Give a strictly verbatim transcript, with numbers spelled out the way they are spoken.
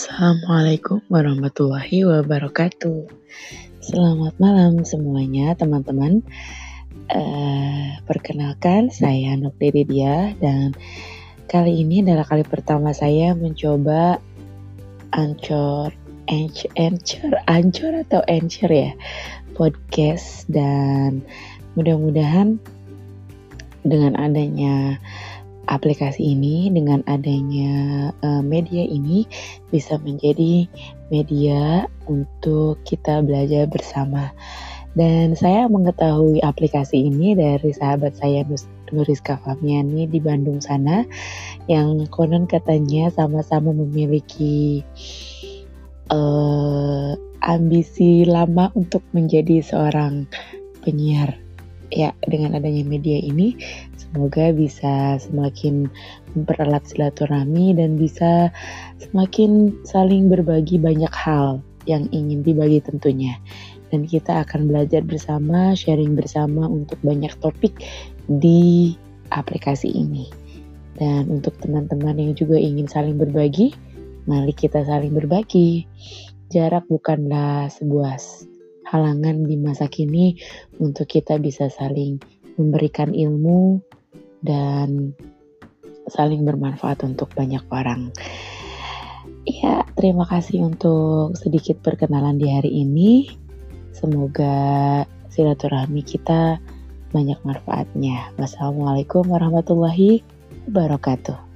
Assalamualaikum warahmatullahi wabarakatuh. Selamat malam semuanya teman-teman. Uh, perkenalkan saya Nuklidia dan kali ini adalah kali pertama saya mencoba Anchor, Anchor, Anchor, Anchor atau Anchor ya, podcast, dan mudah-mudahan dengan adanya aplikasi ini, dengan adanya uh, media ini bisa menjadi media untuk kita belajar bersama. Dan saya mengetahui aplikasi ini dari sahabat saya Nuriska Fahmiani di Bandung sana, yang konon katanya sama-sama memiliki uh, ambisi lama untuk menjadi seorang penyiar. Ya, dengan adanya media ini semoga bisa semakin mempererat silaturahmi dan bisa semakin saling berbagi banyak hal yang ingin dibagi tentunya. Dan kita akan belajar bersama, sharing bersama untuk banyak topik di aplikasi ini. Dan untuk teman-teman yang juga ingin saling berbagi, mari kita saling berbagi. Jarak bukanlah sebuah halangan di masa kini untuk kita bisa saling memberikan ilmu dan saling bermanfaat untuk banyak orang. Ya, terima kasih untuk sedikit perkenalan di hari ini. Semoga silaturahmi kita banyak manfaatnya. Wassalamualaikum warahmatullahi wabarakatuh.